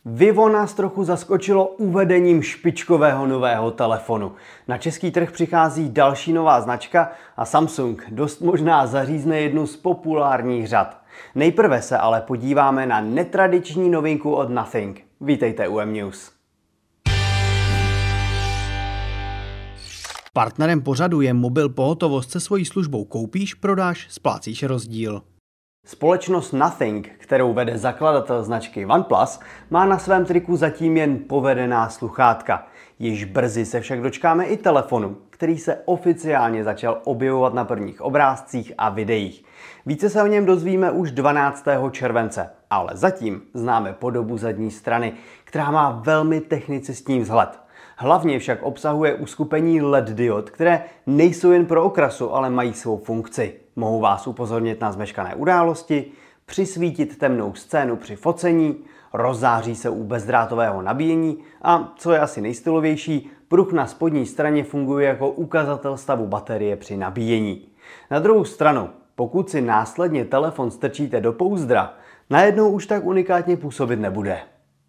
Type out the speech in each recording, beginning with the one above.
Vivo nás trochu zaskočilo uvedením špičkového nového telefonu. Na český trh přichází další nová značka a Samsung dost možná zařízne jednu z populárních řad. Nejprve se ale podíváme na netradiční novinku od Nothing. Vítejte u M-News. Partnerem pořadu je Mobil Pohotovost se svojí službou koupíš, prodáš, splácíš rozdíl. Společnost Nothing, kterou vede zakladatel značky OnePlus, má na svém triku zatím jen povedená sluchátka. Již brzy se však dočkáme i telefonu, který se oficiálně začal objevovat na prvních obrázcích a videích. Více se o něm dozvíme už 12. července, ale zatím známe podobu zadní strany, která má velmi technicistní vzhled. Hlavně však obsahuje uskupení LED diod, které nejsou jen pro okrasu, ale mají svou funkci. Mohou vás upozornit na zmeškané události, přisvítit temnou scénu při focení, rozzáří se u bezdrátového nabíjení a, co je asi nejstylovější, pruh na spodní straně funguje jako ukazatel stavu baterie při nabíjení. Na druhou stranu, pokud si následně telefon strčíte do pouzdra, najednou už tak unikátně působit nebude.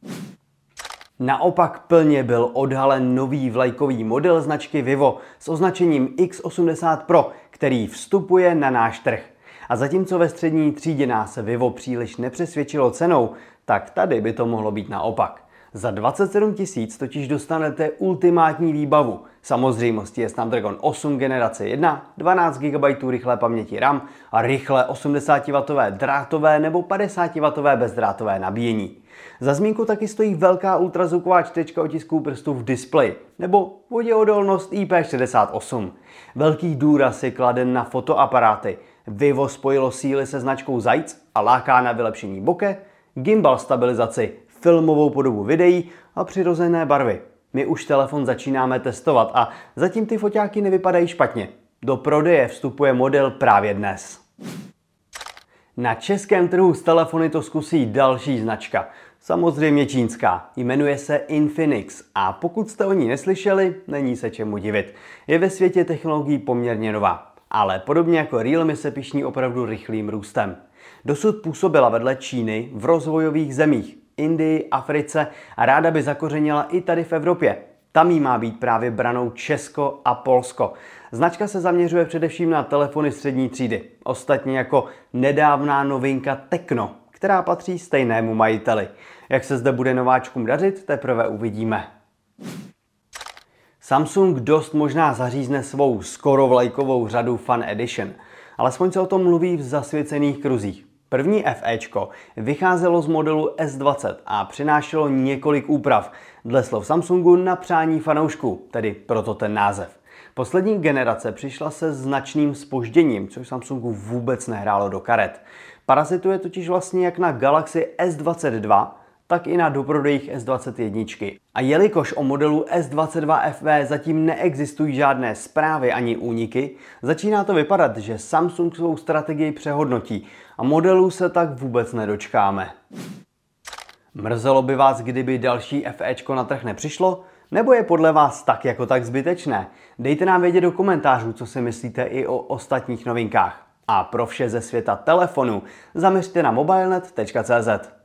Naopak plně byl odhalen nový vlajkový model značky Vivo s označením X80 Pro, který vstupuje na náš trh. A zatímco ve střední třídě nás Vivo příliš nepřesvědčilo cenou, tak tady by to mohlo být naopak. Za 27 000 totiž dostanete ultimátní výbavu. Samozřejmostí je Snapdragon 8 generace 1, 12 GB rychlé paměti RAM a rychlé 80W drátové nebo 50W bezdrátové nabíjení. Za zmínku taky stojí velká ultrazvuková čtečka otisků prstů v displeji nebo voděodolnost IP68. Velký důraz je kladen na fotoaparáty. Vivo spojilo síly se značkou Zeiss a láká na vylepšení bokeh, gimbal stabilizaci, filmovou podobu videí a přirozené barvy. My už telefon začínáme testovat a zatím ty foťáky nevypadají špatně. Do prodeje vstupuje model právě dnes. Na českém trhu s telefony to zkusí další značka. Samozřejmě čínská. Jmenuje se Infinix a pokud jste o ní neslyšeli, není se čemu divit. Je ve světě technologií poměrně nová. Ale podobně jako Realme se pyšní opravdu rychlým růstem. Dosud působila vedle Číny v rozvojových zemích, Indii, Africe a ráda by zakořenila i tady v Evropě. Tam jí má být právě branou Česko a Polsko. Značka se zaměřuje především na telefony střední třídy. Ostatně jako nedávná novinka Tecno, která patří stejnému majiteli. Jak se zde bude nováčkům dařit, teprve uvidíme. Samsung dost možná zařízne svou skoro vlajkovou řadu Fan Edition. Alespoň se o tom mluví v zasvěcených kruzích. První FEčko vycházelo z modelu S20 a přinášelo několik úprav, dle slov Samsungu na přání fanoušků, tedy proto ten název. Poslední generace přišla se značným zpožděním, což Samsungu vůbec nehrálo do karet. Parazituje totiž vlastně jak na Galaxy S22, tak i na doprodejích S21. A jelikož o modelu S22 FE zatím neexistují žádné zprávy ani úniky, začíná to vypadat, že Samsung svou strategii přehodnotí a modelu se tak vůbec nedočkáme. Mrzelo by vás, kdyby další FEčko na trh nepřišlo? Nebo je podle vás tak jako tak zbytečné? Dejte nám vědět do komentářů, co si myslíte i o ostatních novinkách. A pro vše ze světa telefonu zaměřte na mobilenet.cz.